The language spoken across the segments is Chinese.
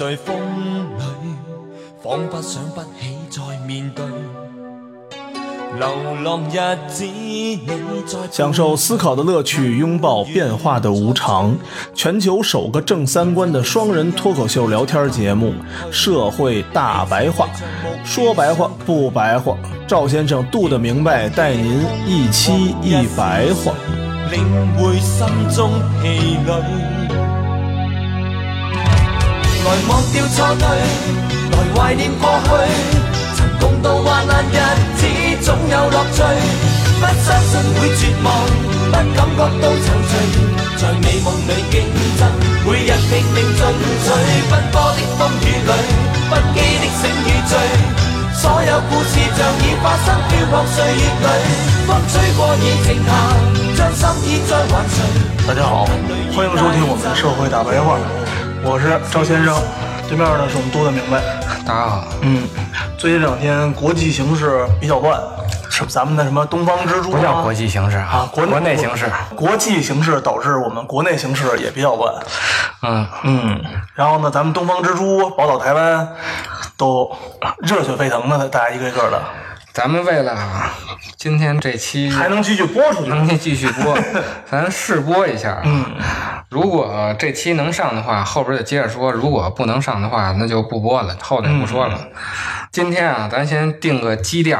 在风里，仿佛想不起再面对。流浪日子，你在享受思考的乐趣，拥抱变化的无常。全球首个正三观的双人脱口秀聊天节目《社会大白话》，说白话不白话，赵先生度得明白，带您一期一白话， 领会心中疲累。来忘掉错对，来怀念过去，曾共度患难日子，總有樂趣。不相信會絕望，不感覺到躊躇，在美夢裏競爭，每日拼命進取。奔波的風雨裏，不羈的醒與醉，所有故事像已發生，飄泊歲月裏，風吹過已停下，將心意再還誰？ 大家好，歡迎收聽我們的社會大白話，我是趙先生，對面呢是我們度得明白。 大家好。 最近这两天国际形势比较乱，是咱们的什么东方之珠不叫国际形势啊，国内形势。 国际形势导致我们国内形势也比较乱。然后呢，咱们东方之珠、宝岛台湾都热血沸腾的，大家一个一个的。 咱们为了今天这期还能继续播出去， 能继续播，咱试播一下。如果这期能上的话，后边就接着说；如果不能上的话，那就不播了，后头也不说了。今天啊，咱先定个基调。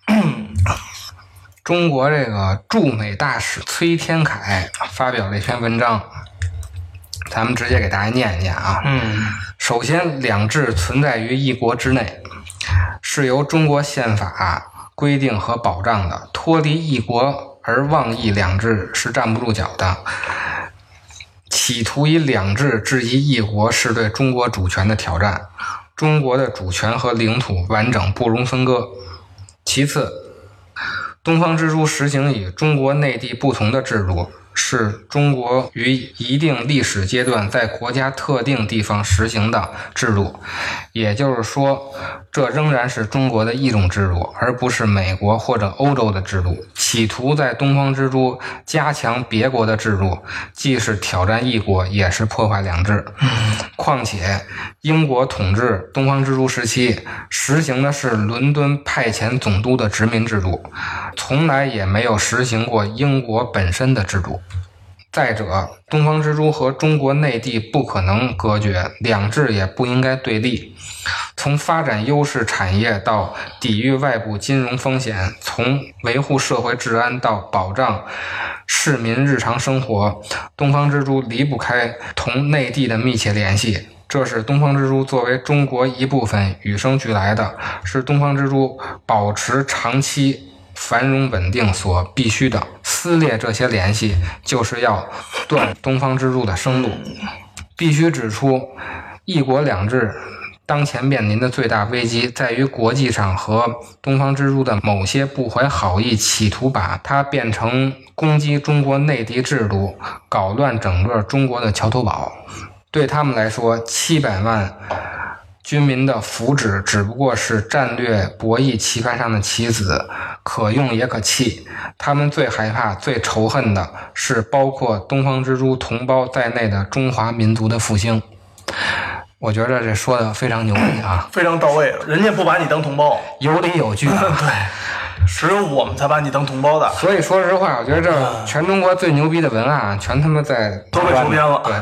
中国这个驻美大使崔天凯发表了一篇文章，咱们直接给大家念一念啊。首先，两制存在于一国之内，是由中国宪法规定和保障的，脱离一国而妄议两制是站不住脚的。企图以两制质疑一国是对中国主权的挑战，中国的主权和领土完整不容分割。其次，东方之珠实行与中国内地不同的制度，是中国于一定历史阶段在国家特定地方实行的制度，也就是说，这仍然是中国的一种制度，而不是美国或者欧洲的制度。企图在东方之珠加强别国的制度，既是挑战一国，也是破坏两制。况且，英国统治东方之珠时期实行的是伦敦派遣总督的殖民制度，从来也没有实行过英国本身的制度。再者，东方之珠和中国内地不可能隔绝，两制也不应该对立。从发展优势产业到抵御外部金融风险，从维护社会治安到保障市民日常生活，东方之珠离不开同内地的密切联系。这是东方之珠作为中国一部分与生俱来的，是东方之珠保持长期繁荣稳定所必须的。撕裂这些联系，就是要断东方之珠的生路。必须指出，一国两制当前面临的最大危机在于国际上和东方之珠的某些不怀好意，企图把它变成攻击中国内地制度，搞乱整个中国的桥头堡。对他们来说，700万军民的福祉只不过是战略博弈棋盘上的棋子，可用也可弃。他们最害怕、最仇恨的是包括东方之珠同胞在内的中华民族的复兴。我觉得这说的非常牛逼啊， 非常到位，人家不把你当同胞， 有理有据。 对，只有我们才把你当同胞的。 所以说实话，我觉得这全中国最牛逼的文案全他妈在都被收编了。 对，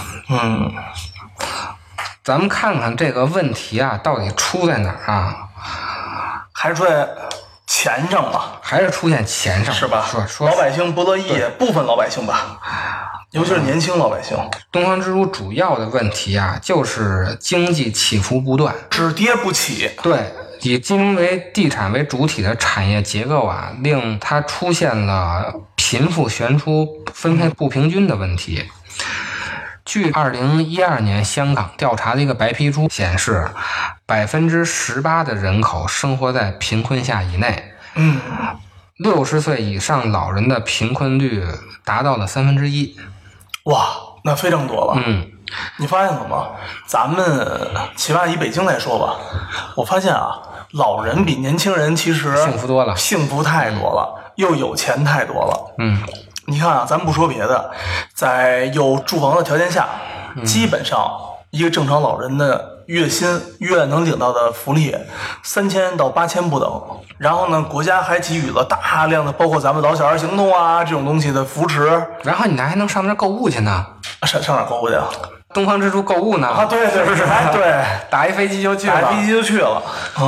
咱们看看这个问题啊，到底出在哪儿啊？ 还是出在钱上吧？ 还是出现钱上， 是吧？ 说老百姓不乐意，部分老百姓吧，尤其是年轻老百姓。 东方之珠主要的问题啊，就是经济起伏不断， 只跌不起。 对，以金融为地产为主体的产业结构啊，令它出现了贫富悬殊、分配不平均的问题。据2012年香港调查的一个白皮书显示，18%的人口生活在贫困线以内。60岁以上老人的贫困率达到了1/3。 哇，那非常多了。你发现了吗？咱们起码以北京来说吧，我发现啊，老人比年轻人其实幸福多了， 幸福太多了，又有钱太多了。你看啊，咱们不说别的，在有住房的条件下，基本上一个正常老人的月薪月能领到的福利3000到8000不等。然后呢，国家还给予了大量的包括咱们老小孩行动啊这种东西的扶持。 然后你还能上那购物去呢？ 上哪购物去啊？ 东方之珠购物呢？ 啊，对对对，对， 打一飞机就去了， 打一飞机就去了。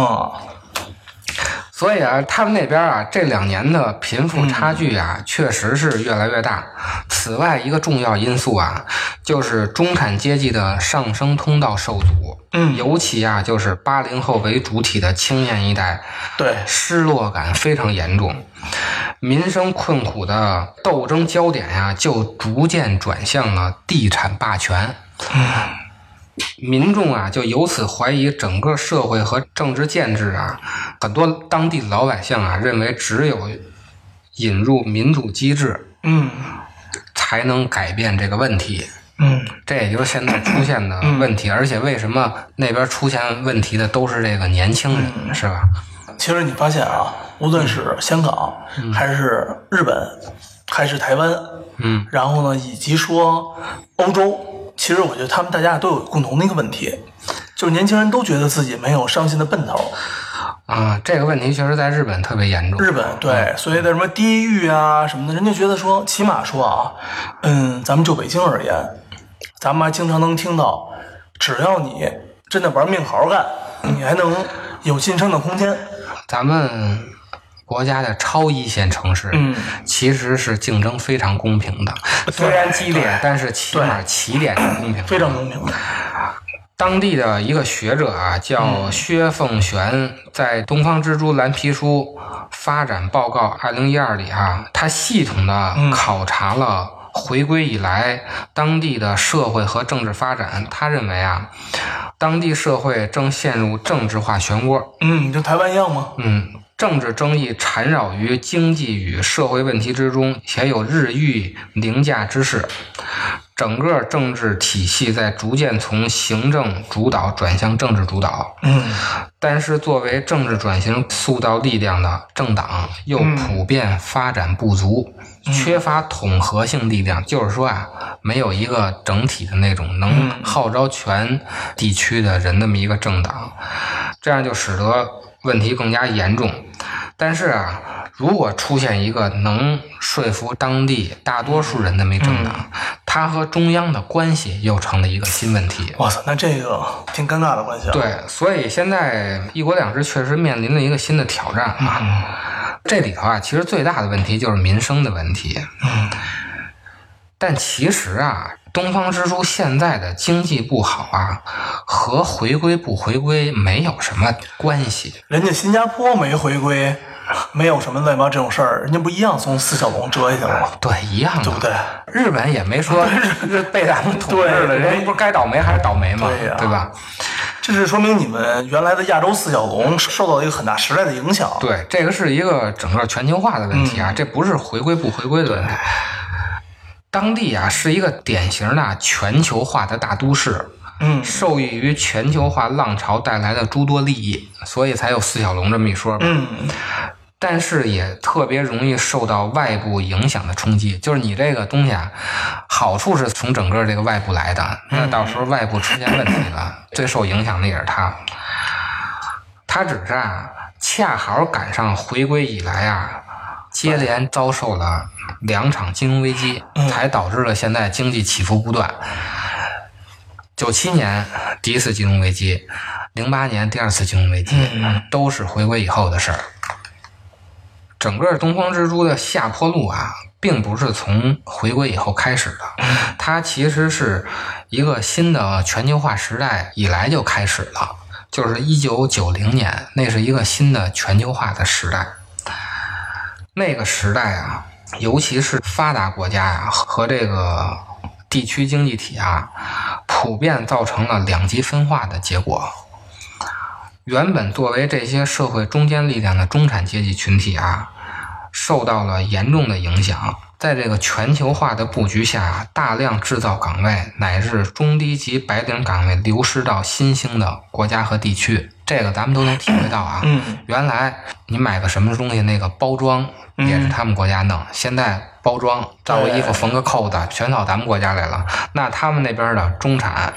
所以啊，他们那边啊，这2年的贫富差距啊，确实是越来越大。此外，一个重要因素啊，就是中产阶级的上升通道受阻。尤其啊，就是80后为主体的青年一代， 对， 失落感非常严重，民生困苦的斗争焦点呀，就逐渐转向了地产霸权。民众啊，就由此怀疑整个社会和政治建制啊。很多当地的老百姓啊，认为只有引入民主机制，才能改变这个问题。这也就是现在出现的问题。而且为什么那边出现问题的都是这个年轻人，是吧？ 其实你发现啊，无论是香港，还是日本，还是台湾，然后呢，以及说欧洲。其实我觉得他们大家都有共同的一个问题，就是年轻人都觉得自己没有上进的奔头啊。这个问题确实在日本特别严重。日本对，所谓的什么低欲啊什么的，人家觉得说，起码说啊，咱们就北京而言，咱们还经常能听到，只要你真的玩命好好干，你还能有晋升的空间。 咱们国家的超一线城市，其实是竞争非常公平的，虽然激烈，但是起码起点是公平的， 非常公平的。 当地的一个学者啊，叫薛凤玄，在《东方之珠蓝皮书发展报告2012》里啊，他系统的考察了回归以来当地的社会和政治发展。他认为啊，当地社会正陷入政治化漩涡。 跟台湾一样吗？ 政治争议缠绕于经济与社会问题之中，且有日益凌驾之势。整个政治体系在逐渐从行政主导转向政治主导。但是作为政治转型塑造力量的政党，又普遍发展不足，缺乏统合性力量。就是说啊，没有一个整体的那种能号召全地区的人那么一个政党，这样就使得问题更加严重。但是啊，如果出现一个能说服当地大多数人的那么一政党，它和中央的关系又成了一个新问题。 哇塞，那这个挺尴尬的关系啊。 对，所以现在一国两制确实面临了一个新的挑战啊。这里头啊，其实最大的问题就是民生的问题。但其实啊，东方之珠现在的经济不好啊，和回归不回归没有什么关系。 人家新加坡没回归，没有什么乱七八这种事儿，人家不一样从四小龙折下去了吗？ 对，一样的， 对不对？ 日本也没说被咱们统治了，人家不是该倒霉还是倒霉吗？对吧？ 这是说明你们原来的亚洲四小龙受到了一个很大时代的影响。 对，这个是一个整个全球化的问题啊，这不是回归不回归的问题。当地啊是一个典型的全球化的大都市，受益于全球化浪潮带来的诸多利益，所以才有四小龙这么一说吧。但是也特别容易受到外部影响的冲击，就是你这个东西啊，好处是从整个这个外部来的，那到时候外部出现问题了，最受影响的也是它。它只是啊，恰好赶上回归以来啊，接连遭受了2场金融危机，才导致了现在经济起伏不断。97年第一次金融危机，08年第2次金融危机，都是回归以后的事儿。整个东方之珠的下坡路啊，并不是从回归以后开始的，它其实是一个新的全球化时代以来就开始了，就是1990年，那是一个新的全球化的时代。那个时代啊，尤其是发达国家呀，和这个地区经济体啊，普遍造成了两极分化的结果。原本作为这些社会中坚力量的中产阶级群体啊，受到了严重的影响。在这个全球化的布局下，大量制造岗位乃至中低级白领岗位流失到新兴的国家和地区，这个咱们都能体会到啊。原来你买个什么东西，那个包装也是他们国家弄，现在包装造个衣服缝个扣子全到咱们国家来了。那他们那边的中产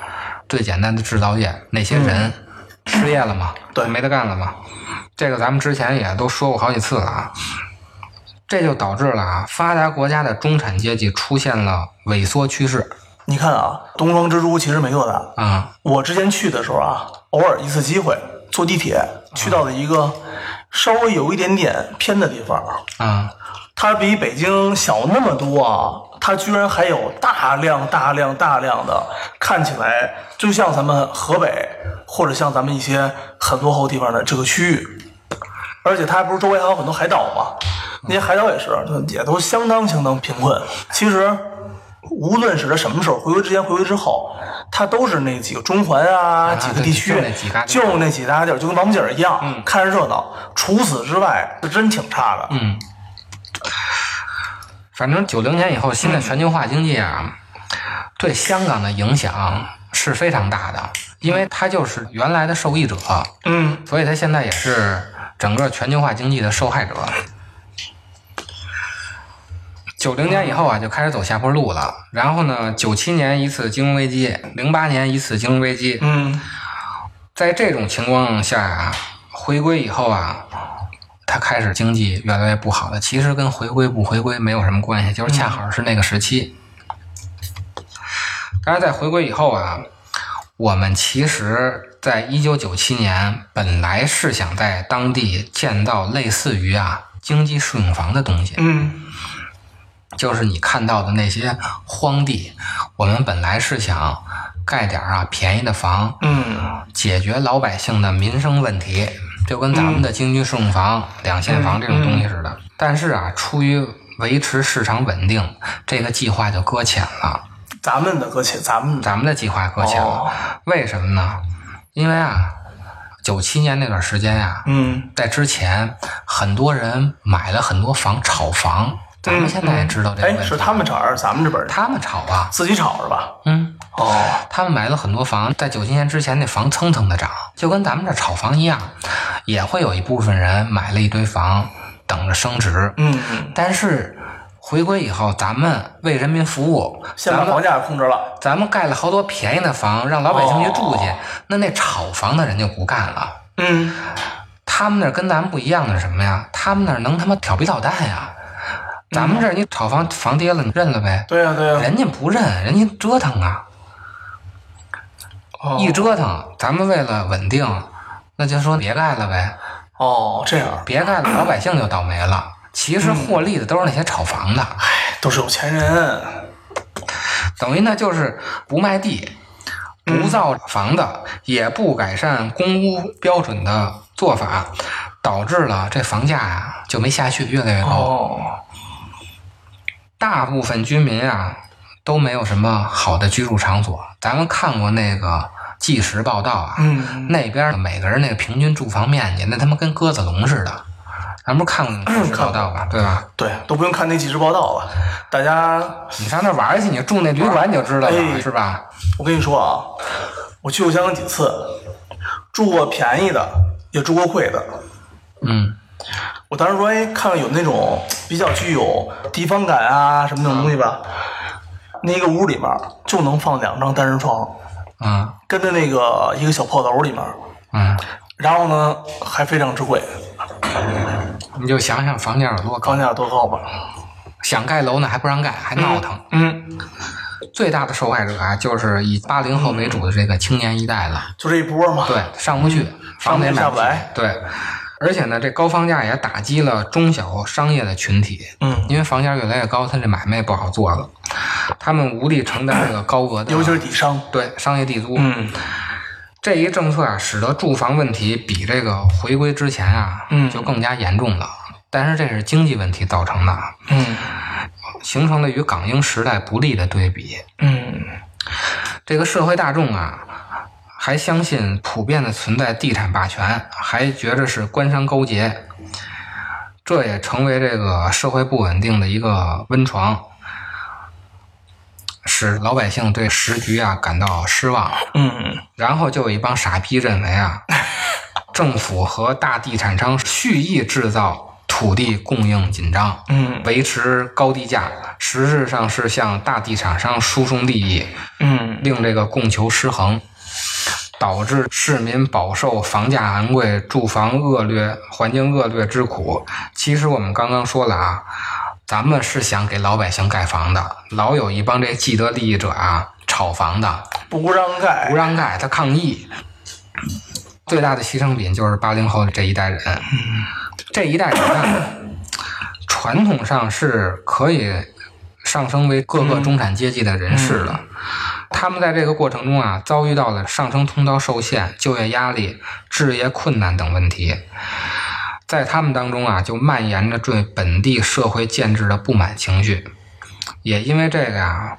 最简单的制造业，那些人失业了嘛， 对， 没得干了嘛。这个咱们之前也都说过好几次了啊。这就导致了啊，发达国家的中产阶级出现了萎缩趋势。 你看啊，东方之珠其实没多大啊。 我之前去的时候啊，偶尔一次机会坐地铁去到了一个稍微有一点点偏的地方啊， 它比北京小那么多啊，它居然还有大量的看起来就像咱们河北或者像咱们一些很落后地方的这个区域，而且它不是周围还有很多海岛吗？那些海岛也都相当贫困。其实无论是它什么时候回归之前回归之后，它都是那几个中环啊几个地区，就那几大地儿，就跟王府井一样，看着热闹。除此之外是真挺差的。 反正90年以后新的全球化经济啊，对香港的影响是非常大的，因为它就是原来的受益者，所以它现在也是整个全球化经济的受害者。90年以后啊，就开始走下坡路了。然后呢，97年一次金融危机，08年一次金融危机。在这种情况下啊，回归以后啊，它开始经济越来越不好了。其实跟回归不回归没有什么关系，就是恰好是那个时期。但是在回归以后啊，我们其实在1997年本来是想在当地建造类似于经济适用房的东西。就是你看到的那些荒地，我们本来是想盖点便宜的房，解决老百姓的民生问题，就跟咱们的经济适用房、2线房这种东西似的。但是出于维持市场稳定，这个计划就搁浅了。 咱们的计划搁浅了。为什么呢？因为97年那段时间在之前很多人买了很多房炒房。咱们现在也知道这个问题。 是他们炒还是咱们这边？ 他们炒自己炒是吧？ 他们买了很多房，在97年之前那房蹭蹭的涨，就跟咱们这炒房一样，也会有一部分人买了一堆房等着升值。但是回归以后，咱们为人民服务， 先把房价控制了， 咱们盖了好多便宜的房，让老百姓去住去。那炒房的人就不干了。他们那跟咱们不一样的是什么呀？他们那能他妈调皮捣蛋呀！咱们这儿你炒房跌了，你认了呗？ 对呀， 人家不认，人家折腾一折腾，咱们为了稳定，那就说别盖了呗。 这样别盖了，老百姓就倒霉了。其实获利的都是那些炒房的， 都是有钱人。 等于呢就是不卖地，不造房的，也不改善公屋标准的做法，导致了这房价就没下去，越来越高。大部分居民都没有什么好的居住场所。咱们看过那个纪实报道那边每个人那个平均住房面积，那他妈跟鸽子笼似的。咱不是看过那个纪实报道吧？对吧？ 对，都不用看那纪实报道了，大家你上那玩去，你住那旅馆你就知道了，是吧？ 我跟你说我去过香港几次，住过便宜的，也住过贵的。我当时说看看有那种比较具有地方感什么那种东西吧。那个屋里面就能放2张单人床，跟着那个一个小破楼里面，然后呢还非常之贵。 你就想想房价有多高吧。 想盖楼呢还不让盖，还闹腾。最大的受害者就是以80后为主的这个青年一代了， 就这一波嘛。 对，上不去，房子也买不来。对。而且呢，这高房价也打击了中小商业的群体。因为房价越来越高，他这买卖也不好做了，他们无力承担这个高额的， 尤其是底商， 对，商业地租。这一政策使得住房问题比这个回归之前就更加严重了。但是这是经济问题造成的，形成了与港英时代不利的对比。这个社会大众还相信普遍的存在地产霸权，还觉着是官商勾结，这也成为这个社会不稳定的一个温床，使老百姓对时局感到失望。然后就有一帮傻逼认为政府和大地产商蓄意制造土地供应紧张，维持高地价，实质上是向大地产商输送利益，令这个供求失衡。 导致市民饱受房价昂贵、住房恶劣、环境恶劣之苦。其实我们刚刚说了啊，咱们是想给老百姓盖房的，老有一帮这既得利益者啊，炒房的， 不让盖， 他抗议。最大的牺牲品就是80后这一代人。这一代人啊，传统上是可以上升为各个中产阶级的人士了。他们在这个过程中啊，遭遇到了上升通道受限、就业压力、置业困难等问题。在他们当中啊，就蔓延着对本地社会建制的不满情绪。也因为这个啊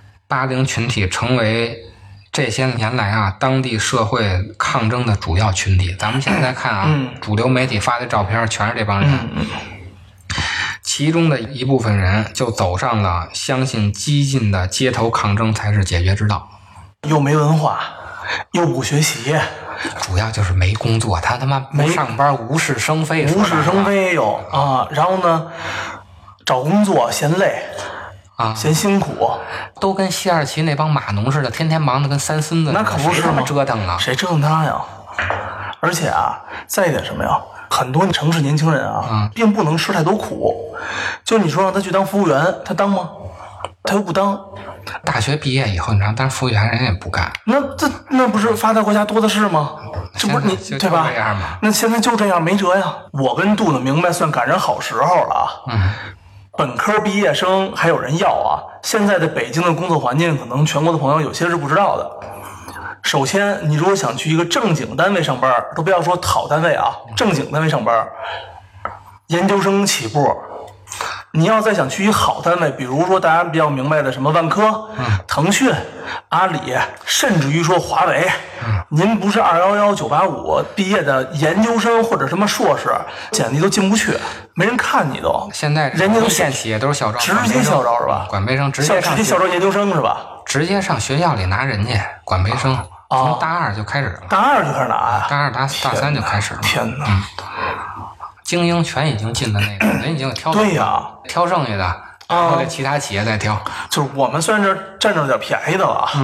，80群体成为这些年来啊，当地社会抗争的主要群体。咱们现在看啊，主流媒体发的照片全是这帮人。其中的一部分人就走上了相信激进的街头抗争才是解决之道。 又没文化，又不学习， 主要就是没工作，他妈不上班，无事生非有啊。然后呢，找工作嫌累啊， 嫌辛苦， 都跟西二旗那帮码农似的，天天忙得跟三孙子。 那可不是吗？ 折腾啊， 谁折腾他呀？而且啊，再一点什么呀？很多城市年轻人啊，并不能吃太多苦。就你说让他去当服务员，他当吗？他又不当。 大学毕业以后，你让当服务员，人也不干。 那不是发达国家多的是吗？这不是你对吧？那现在就这样，没辙呀。我跟杜子明白算赶上好时候了啊。本科毕业生还有人要啊。现在的北京的工作环境，可能全国的朋友有些是不知道的。首先，你如果想去一个正经单位上班，都不要说好单位啊，正经单位上班，研究生起步。你要再想去一好单位，比如说大家比较明白的什么万科、腾讯、阿里，甚至于说华为，您不是211、985毕业的研究生或者什么硕士，简历都进不去，没人看你都。 现在人家都县企业都是校招， 直接校招是吧？ 管培生直接校招研究生是吧？ 直接上学校里拿人家管培生。从大2就开始了， 大2就开始拿呀， 大2、大3就开始了。 天哪！ 精英全已经进了那个，人已经挑对呀， 挑剩下的，然后给其他企业再挑。 就是我们虽然这占着点便宜的了，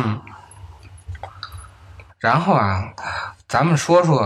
然后啊，咱们说说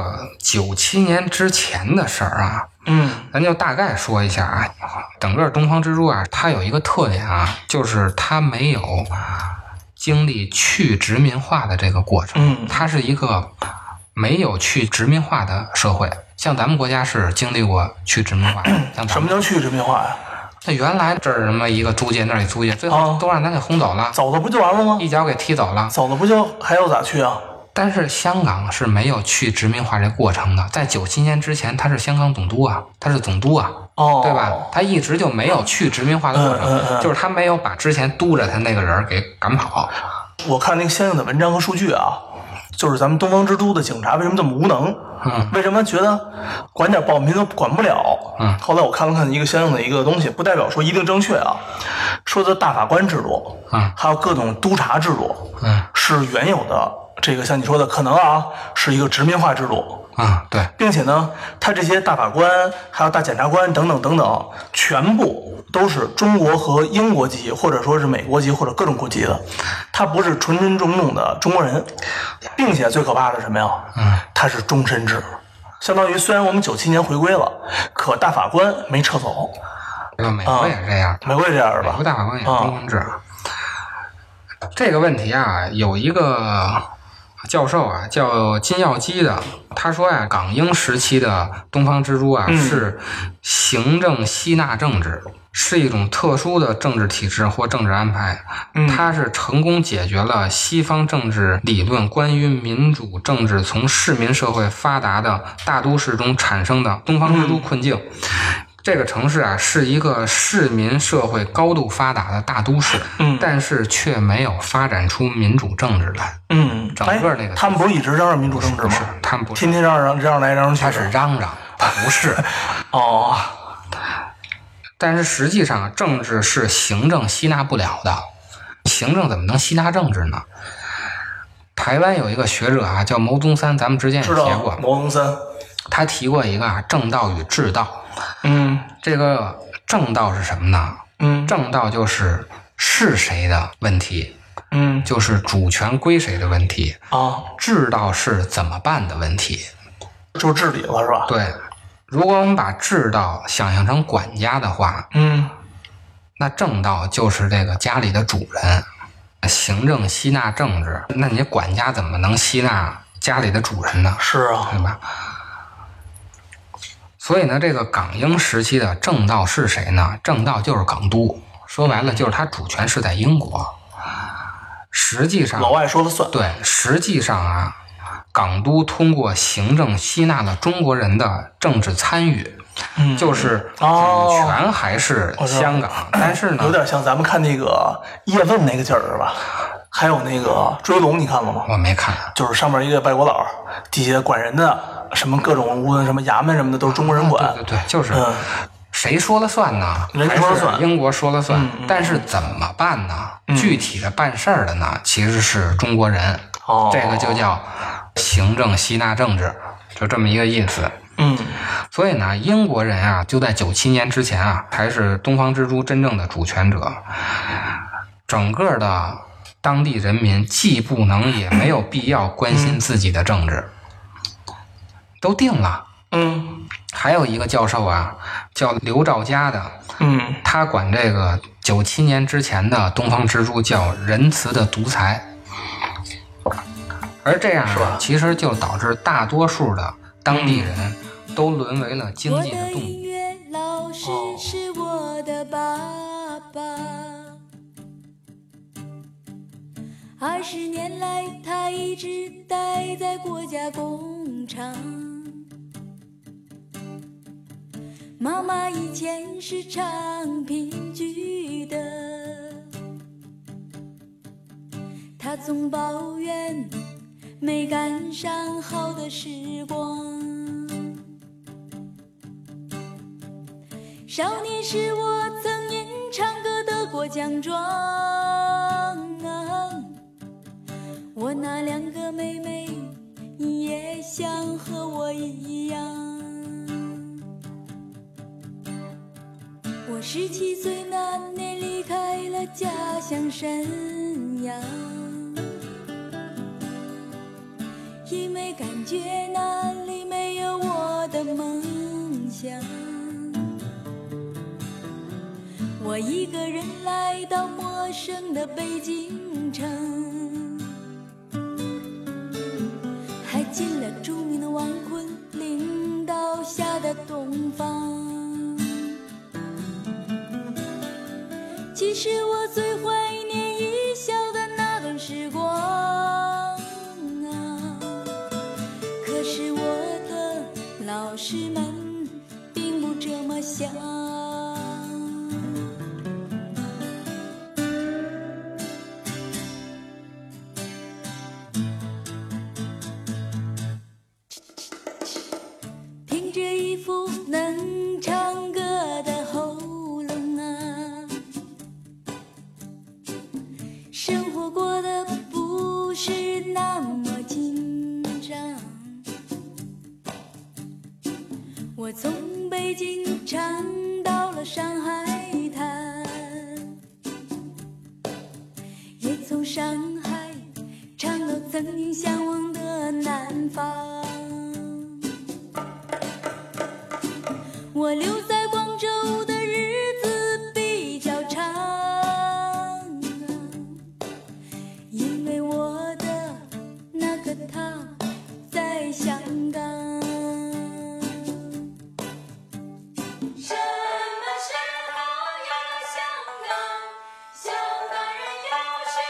97年之前的事儿啊，咱就大概说一下啊。整个东方之珠啊，它有一个特点啊，就是它没有经历去殖民化的这个过程，它是一个没有去殖民化的社会。像咱们国家是经历过去殖民化，像什么叫去殖民化呀？ 那原来这儿什么一个租界那里租界，最后都让咱给轰走了， 走了不就完了吗？ 一脚给踢走了， 走了不就还要咋去啊？ 但是香港是没有去殖民化这过程的，在97年之前，它是香港总督啊，它是总督啊，对吧？他一直就没有去殖民化的过程，就是他没有把之前督着他那个人给赶跑。 我看那个相应的文章和数据啊，就是咱们东方之都的警察为什么这么无能？为什么觉得管点暴民都管不了？后来我看了看一个相应的一个东西，不代表说一定正确啊。说的大法官制度，还有各种督察制度，是原有的。这个像你说的，可能啊是一个殖民化制度对， 并且呢，他这些大法官还有大检察官等等等等，全部都是中国和英国籍，或者说是美国籍或者各种国籍的，他不是纯纯正正的中国人，并且最可怕的是什么呀？他是终身制，相当于虽然我们97年回归了，可大法官没撤走。 美国也是这样， 美国也这样是吧？ 美国大法官也是终身制。这个问题啊，有一个教授啊，叫金耀基的，他说呀，港英时期的东方之珠啊，是行政吸纳政治，是一种特殊的政治体制或政治安排。它是成功解决了西方政治理论关于民主政治从市民社会发达的大都市中产生的东方之都困境。这个城市啊，是一个市民社会高度发达的大都市，但是却没有发展出民主政治来。整个那个他们不是一直嚷嚷民主政治吗？ 他们不是天天嚷来嚷去。 他是嚷嚷，他不是。但是实际上，政治是行政吸纳不了的。行政怎么能吸纳政治呢？台湾有一个学者啊，叫牟宗三，咱们之前也提过。 牟宗三， 他提过一个啊，正道与治道。这个正道是什么呢？正道就是谁的问题， 就是主权归谁的问题啊， 治道是怎么办的问题， 就治理了是吧？ 对，如果我们把治道想象成管家的话，那正道就是这个家里的主人，行政吸纳政治，那你管家怎么能吸纳家里的主人呢？ 是啊， 对吧？所以呢，这个港英时期的正道是谁呢？正道就是港督，说白了就是他主权是在英国。实际上， 老外说了算。 对，实际上啊，港督通过行政吸纳了中国人的政治参与，就是主权还是香港，但是呢， 有点像咱们看那个叶问那个劲儿是吧？还有那个追龙，你看了吗？ 我没看， 就是上面一个外国佬，底下管人的，什么各种无论什么衙门什么的都是中国人管。 对，就是。谁说了算呢？ 人说了算， 英国说了算。但是怎么办呢？具体的办事儿的呢，其实是中国人。这个就叫行政吸纳政治，就这么一个意思。所以呢，英国人啊，就在97年之前啊，才是东方之珠真正的主权者。整个的当地人民既不能也没有必要关心自己的政治，都定了。还有一个教授啊，叫刘兆佳的，他管这个97年之前的东方之珠叫仁慈的独裁，而这样呢，其实就导致大多数的当地人都沦为了经济的动物。我的音乐老师是我的爸爸，20年来他一直待在国家工厂。妈妈以前是唱评剧的，她总抱怨没赶上好的时光。少年时我曾因唱歌得过奖状，我那2个妹妹也想和我一样。我17岁那年离开了家乡沈阳，因为感觉那里没有我的梦想。我一个人来到陌生的北京城，还进了著名的王昆领导下的东方。其实我最怀念一笑的那段时光啊，可是我的老师们并不这么想。凭着一副能唱歌的喉咙啊，生活过得不是那么紧张。我从北京唱到了上海滩，也从上海唱到曾经向往的南方。我留在广州的日子比较长，因为我的那个他在香港。什么时候呀，香港？香港人又是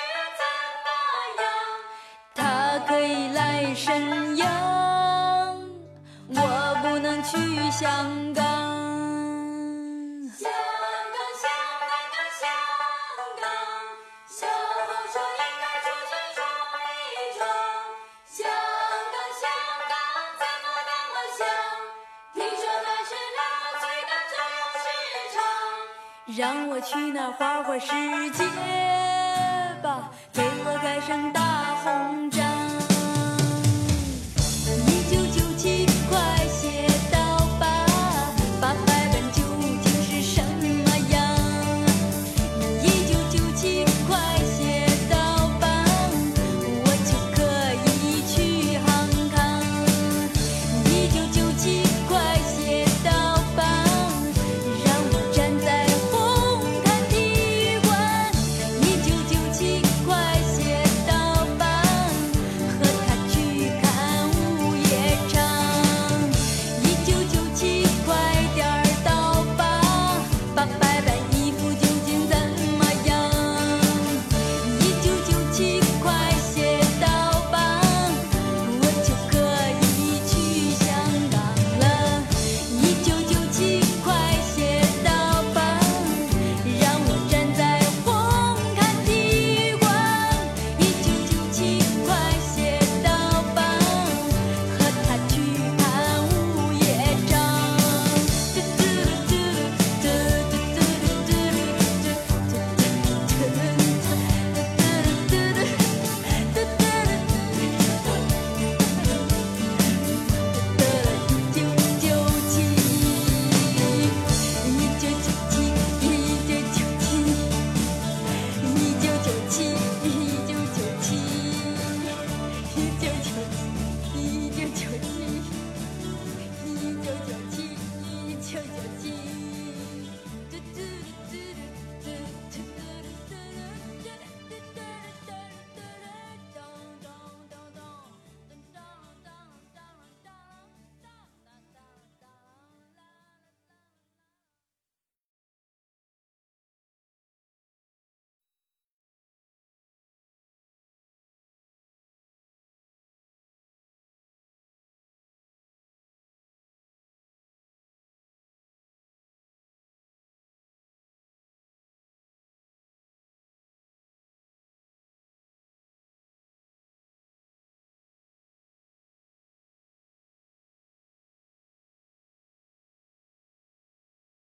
怎么样？他可以来沈阳，我不能去香港。让我去那花花世界吧，给我盖上大